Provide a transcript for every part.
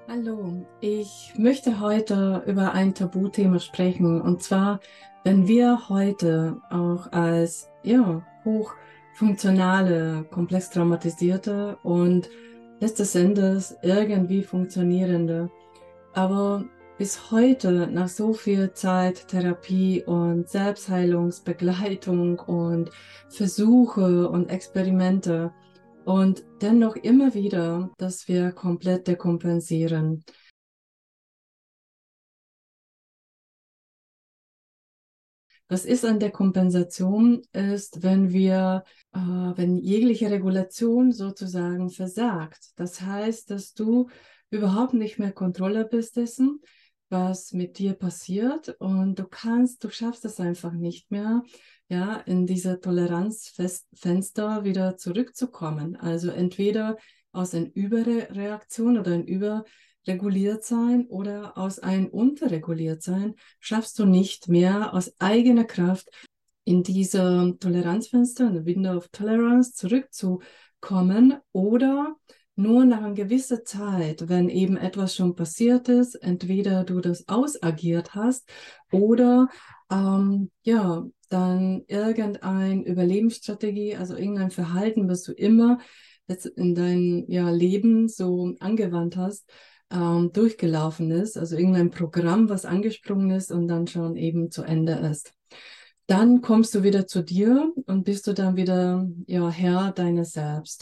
Hallo, ich möchte heute über ein Tabuthema sprechen, und zwar, wenn wir heute auch als hochfunktionale, komplex traumatisierte und letztes Endes irgendwie funktionierende, aber bis heute nach so viel Zeit Therapie und Selbstheilungsbegleitung und Versuche und Experimente und dennoch immer wieder, dass wir komplett dekompensieren. Was ist an der Kompensation, ist, wenn jegliche Regulation sozusagen versagt. Das heißt, dass du überhaupt nicht mehr Kontrolle bist dessen, was mit dir passiert, und du schaffst es einfach nicht mehr, ja, in diese Toleranzfenster wieder zurückzukommen. Also entweder aus einer Überreaktion oder ein Überreguliertsein oder aus einem Unterreguliertsein schaffst du nicht mehr aus eigener Kraft in diese Toleranzfenster, in the Window of Tolerance zurückzukommen, oder nur nach einer gewissen Zeit, wenn eben etwas schon passiert ist, entweder du das ausagiert hast oder dann irgendeine Überlebensstrategie, also irgendein Verhalten, was du immer jetzt in dein Leben so angewandt hast, durchgelaufen ist, also irgendein Programm, was angesprungen ist und dann schon eben zu Ende ist. Dann kommst du wieder zu dir und bist du dann wieder, ja, Herr deines Selbst.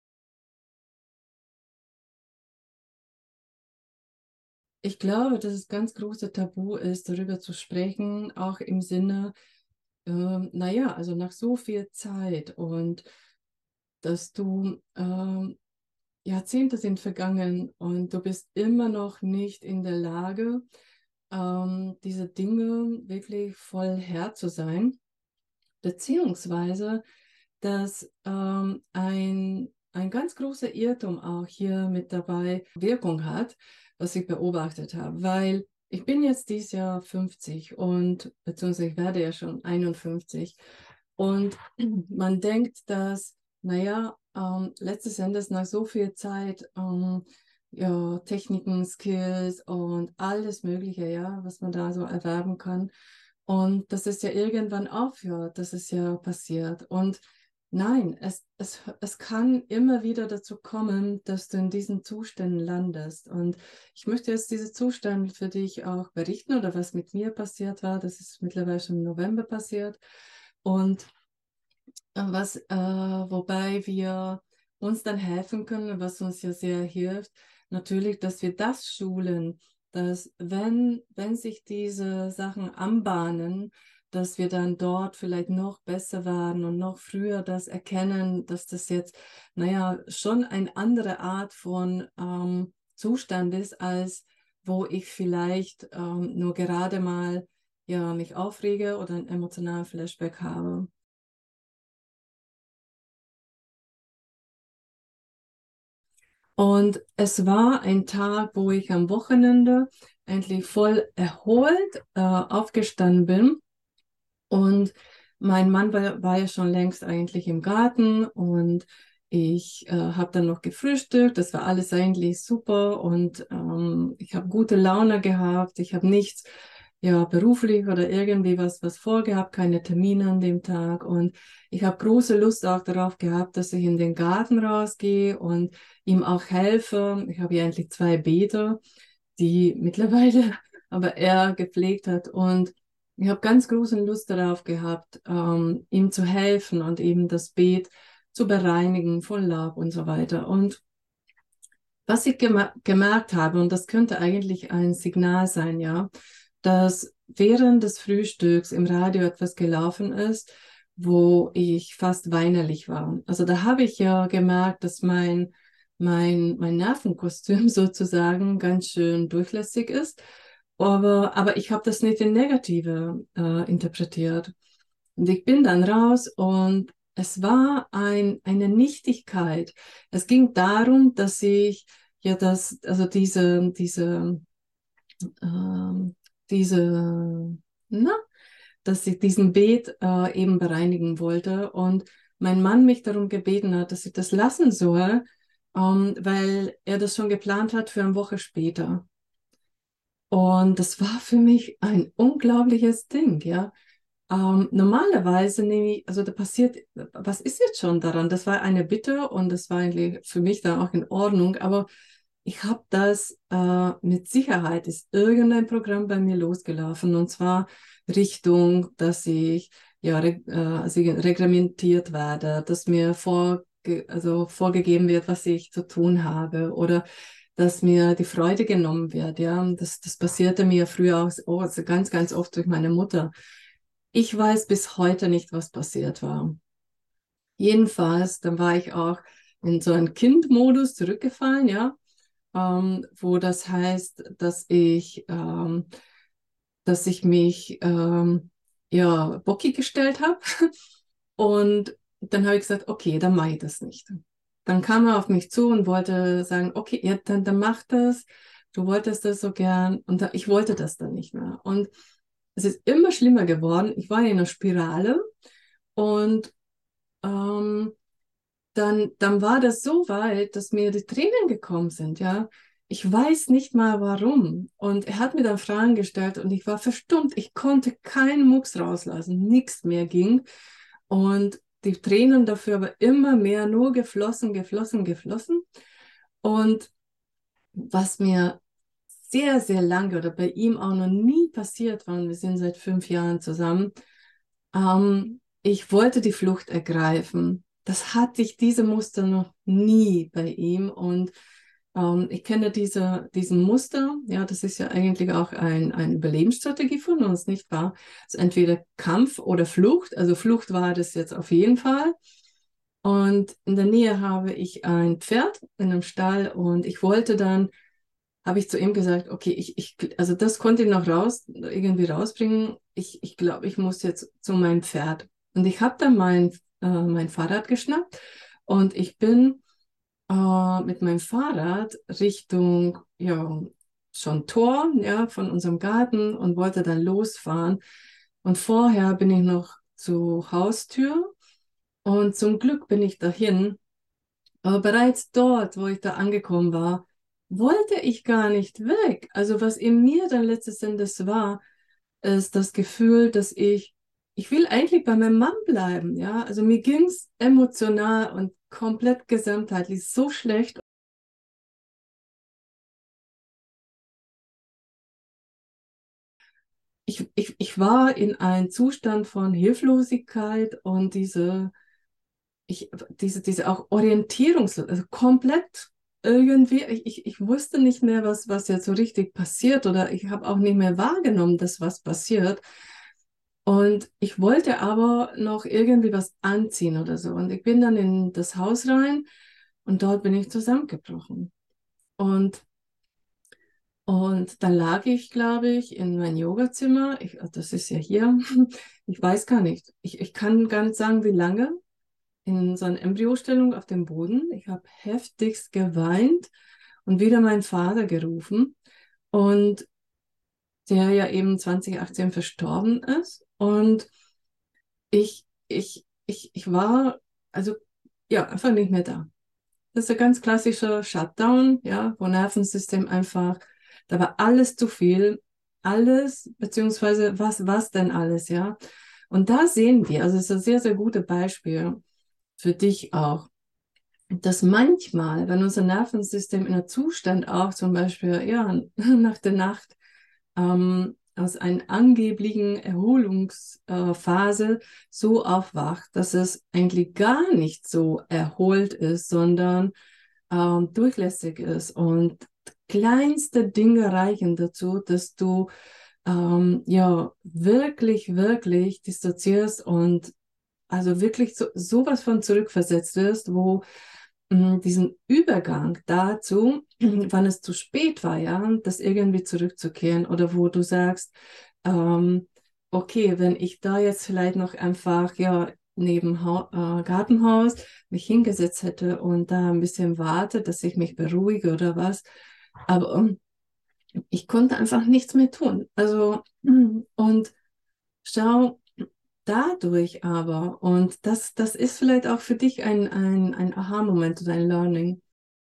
Ich glaube, dass es ganz große Tabu ist, darüber zu sprechen, auch im Sinne, also nach so viel Zeit, und dass du Jahrzehnte sind vergangen und du bist immer noch nicht in der Lage, diese Dinge wirklich voll Herr zu sein, beziehungsweise dass ein ganz großer Irrtum auch hier mit dabei Wirkung hat, was ich beobachtet habe, weil ich bin jetzt dieses Jahr 50, und beziehungsweise ich werde ja schon 51, und man denkt, dass, letztes Endes nach so viel Zeit, ja, Techniken, Skills und alles Mögliche, ja, was man da so erwerben kann, und dass es ja irgendwann aufhört, dass es ja passiert. Und nein, es kann immer wieder dazu kommen, dass du in diesen Zuständen landest. Und ich möchte jetzt diese Zustände für dich auch berichten, oder was mit mir passiert war. Das ist mittlerweile schon im November passiert. Und wobei wir uns dann helfen können, was uns ja sehr hilft, natürlich, dass wir das schulen, dass wenn sich diese Sachen anbahnen, dass wir dann dort vielleicht noch besser werden und noch früher das erkennen, dass das jetzt, schon eine andere Art von Zustand ist, als wo ich vielleicht nur gerade mal, ja, mich aufrege oder einen emotionalen Flashback habe. Und es war ein Tag, wo ich am Wochenende endlich voll erholt aufgestanden bin. Und mein Mann war ja schon längst eigentlich im Garten, und ich habe dann noch gefrühstückt. Das war alles eigentlich super, und ich habe gute Laune gehabt. Ich habe nichts, ja, beruflich oder irgendwie was vorgehabt, keine Termine an dem Tag. Und ich habe große Lust auch darauf gehabt, dass ich in den Garten rausgehe und ihm auch helfe. Ich habe ja eigentlich zwei Beete, die mittlerweile aber er gepflegt hat, und ich habe ganz große Lust darauf gehabt, ihm zu helfen und eben das Beet zu bereinigen von Laub und so weiter. Und was ich gemerkt habe, und das könnte eigentlich ein Signal sein, ja, dass während des Frühstücks im Radio etwas gelaufen ist, wo ich fast weinerlich war. Also da habe ich ja gemerkt, dass mein Nervenkostüm sozusagen ganz schön durchlässig ist. Aber ich habe das nicht in Negative interpretiert. Und ich bin dann raus, und es war eine Nichtigkeit. Es ging darum, dass ich ja also ähm, diese, na, dass ich diesen Beet eben bereinigen wollte, und mein Mann mich darum gebeten hat, dass ich das lassen soll, weil er das schon geplant hat für eine Woche später. Und das war für mich ein unglaubliches Ding, ja. Normalerweise nehme ich, also da passiert, was ist jetzt schon daran? Das war eine Bitte und das war eigentlich für mich dann auch in Ordnung, aber ich habe das mit Sicherheit, ist irgendein Programm bei mir losgelaufen und zwar Richtung, dass ich ja also reglementiert werde, dass mir also vorgegeben wird, was ich zu tun habe oder dass mir die Freude genommen wird. Ja, das passierte mir früher auch also ganz, ganz oft durch meine Mutter. Ich weiß bis heute nicht, was passiert war. Jedenfalls, dann war ich auch in so einen Kindmodus zurückgefallen, ja, wo das heißt, dass ich mich ja bockig gestellt habe und dann habe ich gesagt, okay, dann mache ich das nicht. Dann kam er auf mich zu und wollte sagen, okay, ja, dann mach das. Du wolltest das so gern und ich wollte das dann nicht mehr. Und es ist immer schlimmer geworden. Ich war in einer Spirale und ähm, dann war das so weit, dass mir die Tränen gekommen sind, ja. Ich weiß nicht mal warum. Und er hat mir dann Fragen gestellt und ich war verstummt. Ich konnte keinen Mucks rauslassen. Nichts mehr ging. Und die Tränen dafür aber immer mehr nur geflossen, geflossen, geflossen. Und was mir sehr, sehr lange oder bei ihm auch noch nie passiert war, und wir sind seit 5 Jahren zusammen, ich wollte die Flucht ergreifen. Das hatte ich, diese Muster noch nie bei ihm. Und ich kenne diesen Muster. Ja, das ist ja eigentlich auch eine Überlebensstrategie von uns, nicht wahr? Also entweder Kampf oder Flucht. Also Flucht war das jetzt auf jeden Fall. Und in der Nähe habe ich ein Pferd in einem Stall und ich wollte dann, habe ich zu ihm gesagt, okay, also das konnte ich noch irgendwie rausbringen. Ich glaube, ich muss jetzt zu meinem Pferd. Und ich habe dann mein Fahrrad geschnappt und ich bin mit meinem Fahrrad Richtung, ja, schon Tor, ja, von unserem Garten und wollte dann losfahren. Und vorher bin ich noch zur Haustür und zum Glück bin ich dahin. Aber bereits dort, wo ich da angekommen war, wollte ich gar nicht weg. Also was in mir dann letztes Endes war, ist das Gefühl, ich will eigentlich bei meinem Mann bleiben, ja. Also mir ging es emotional und komplett gesamtheitlich so schlecht. Ich war in einem Zustand von Hilflosigkeit und diese auch orientierungslos, also komplett irgendwie, ich wusste nicht mehr, was jetzt so richtig passiert oder ich habe auch nicht mehr wahrgenommen, dass was passiert. Und ich wollte aber noch irgendwie was anziehen oder so. Und ich bin dann in das Haus rein und dort bin ich zusammengebrochen. Und, und dann lag ich, glaube ich, in mein Yogazimmer. Das ist ja hier. Ich weiß gar nicht. Ich kann gar nicht sagen, wie lange. In so einer Embryostellung auf dem Boden. Ich habe heftigst geweint und wieder meinen Vater gerufen. Und der ja eben 2018 verstorben ist. Und ich war, also ja, einfach nicht mehr da. Das ist ein ganz klassischer Shutdown, ja, wo Nervensystem einfach, da war alles zu viel, alles, beziehungsweise was denn alles, ja. Und da sehen wir, also es ist ein sehr, sehr gutes Beispiel für dich auch, dass manchmal, wenn unser Nervensystem in einem Zustand auch zum Beispiel, ja, nach der Nacht aus einer angeblichen Erholungsphase so aufwacht, dass es eigentlich gar nicht so erholt ist, sondern durchlässig ist. Und kleinste Dinge reichen dazu, dass du ja wirklich, wirklich dissoziierst und also wirklich sowas von zurückversetzt wirst, wo diesen Übergang dazu, wann es zu spät war, ja, das irgendwie zurückzukehren oder wo du sagst, okay, wenn ich da jetzt vielleicht noch einfach, ja, neben Gartenhaus mich hingesetzt hätte und da ein bisschen warte, dass ich mich beruhige oder was, aber ich konnte einfach nichts mehr tun. Also, und schau, dadurch aber, und das ist vielleicht auch für dich ein Aha-Moment oder ein Learning,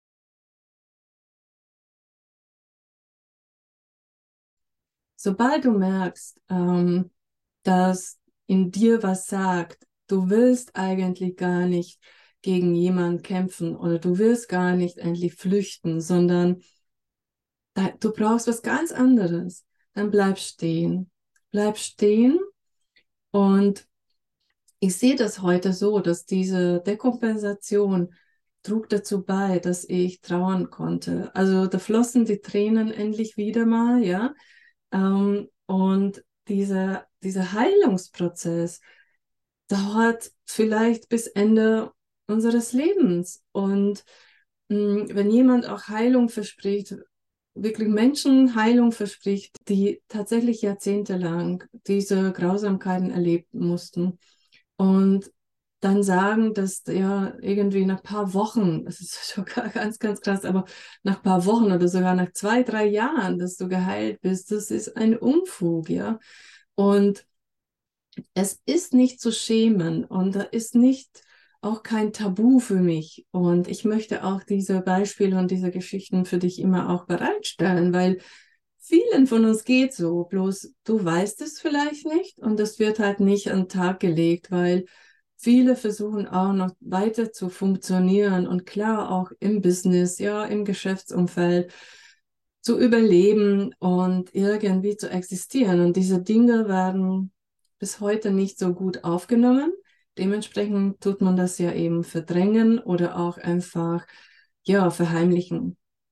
sobald du merkst, dass in dir was sagt, du willst eigentlich gar nicht gegen jemanden kämpfen oder du willst gar nicht endlich flüchten, sondern du brauchst was ganz anderes, dann bleib stehen. Bleib stehen und ich sehe das heute so, dass diese Dekompensation trug dazu bei, dass ich trauern konnte. Also da flossen die Tränen endlich wieder mal, ja. Und dieser Heilungsprozess dauert vielleicht bis Ende unseres Lebens. Und wenn jemand auch Heilung verspricht, wirklich Menschen Heilung verspricht, die tatsächlich jahrzehntelang diese Grausamkeiten erlebt mussten und dann sagen, dass ja irgendwie nach ein paar Wochen, das ist sogar ganz, ganz krass, aber nach ein paar Wochen oder sogar nach 2, 3 Jahren, dass du geheilt bist, das ist ein Unfug, ja. Und es ist nicht zu schämen und da ist nicht auch kein Tabu für mich. Und ich möchte auch diese Beispiele und diese Geschichten für dich immer auch bereitstellen, weil vielen von uns geht so, bloß du weißt es vielleicht nicht und es wird halt nicht an den Tag gelegt, weil viele versuchen auch noch weiter zu funktionieren und klar auch im Business, ja, im Geschäftsumfeld zu überleben und irgendwie zu existieren. Und diese Dinge werden bis heute nicht so gut aufgenommen. Dementsprechend tut man das ja eben verdrängen oder auch einfach, ja, verheimlichen.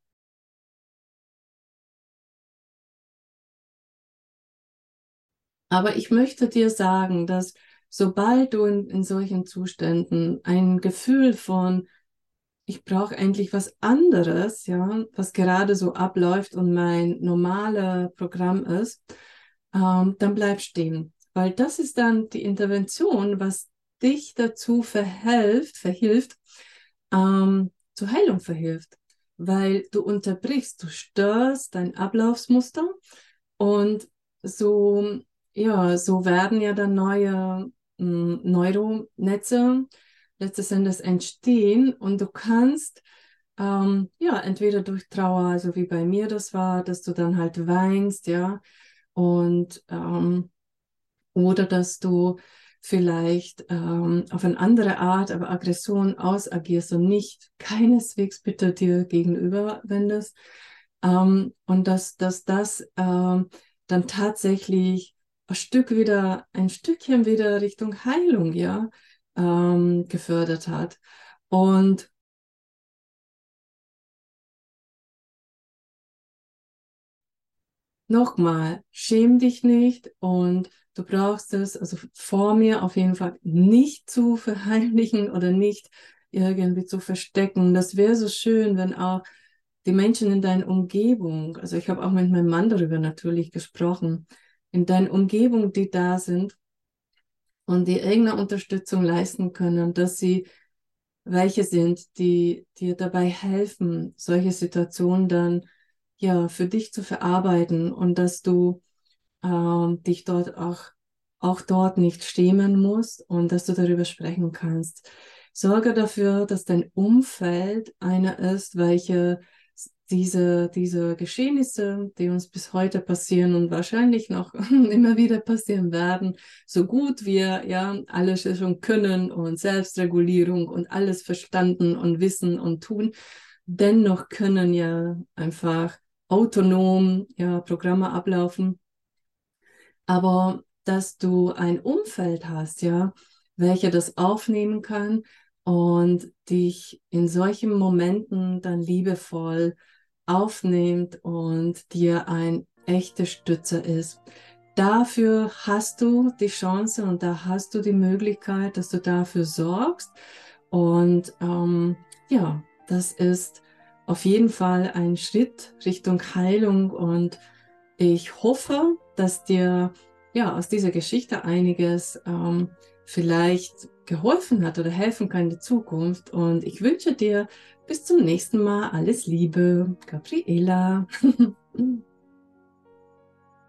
Aber ich möchte dir sagen, dass sobald du in solchen Zuständen ein Gefühl von, ich brauche endlich was anderes, ja, was gerade so abläuft und mein normales Programm ist, dann bleib stehen. Weil das ist dann die Intervention, was dich dazu verhilft, zur Heilung verhilft. Weil du unterbrichst, du störst dein Ablaufsmuster und so, ja, so werden ja dann neue Neuronetze letztes Endes entstehen und du kannst ja entweder durch Trauer, also wie bei mir das war, dass du dann halt weinst, ja, und oder dass du vielleicht auf eine andere Art, aber Aggression ausagierst und nicht keineswegs bitte dir gegenüber wendest. Und dass das dann tatsächlich ein Stückchen wieder Richtung Heilung, ja, gefördert hat. Und nochmal, schäm dich nicht und du brauchst es, also vor mir auf jeden Fall nicht zu verheimlichen oder nicht irgendwie zu verstecken. Das wäre so schön, wenn auch die Menschen in deiner Umgebung, also ich habe auch mit meinem Mann darüber natürlich gesprochen, in deiner Umgebung, die da sind und die irgendeine Unterstützung leisten können, dass sie welche sind, die dir dabei helfen, solche Situationen dann ja für dich zu verarbeiten und dass du dich dort auch dort nicht schämen musst und dass du darüber sprechen kannst. Sorge dafür, dass dein Umfeld einer ist, welche diese Geschehnisse, die uns bis heute passieren und wahrscheinlich noch immer wieder passieren werden, so gut wir ja alles schon können und Selbstregulierung und alles verstanden und wissen und tun, dennoch können ja einfach autonom ja Programme ablaufen, aber dass du ein Umfeld hast, ja, welcher das aufnehmen kann und dich in solchen Momenten dann liebevoll aufnimmt und dir ein echte Stütze ist. Dafür hast du die Chance und da hast du die Möglichkeit, dass du dafür sorgst. Und ja, das ist auf jeden Fall ein Schritt Richtung Heilung und ich hoffe, dass dir ja aus dieser Geschichte einiges vielleicht geholfen hat oder helfen kann in der Zukunft. Und ich wünsche dir bis zum nächsten Mal alles Liebe, Gabriela.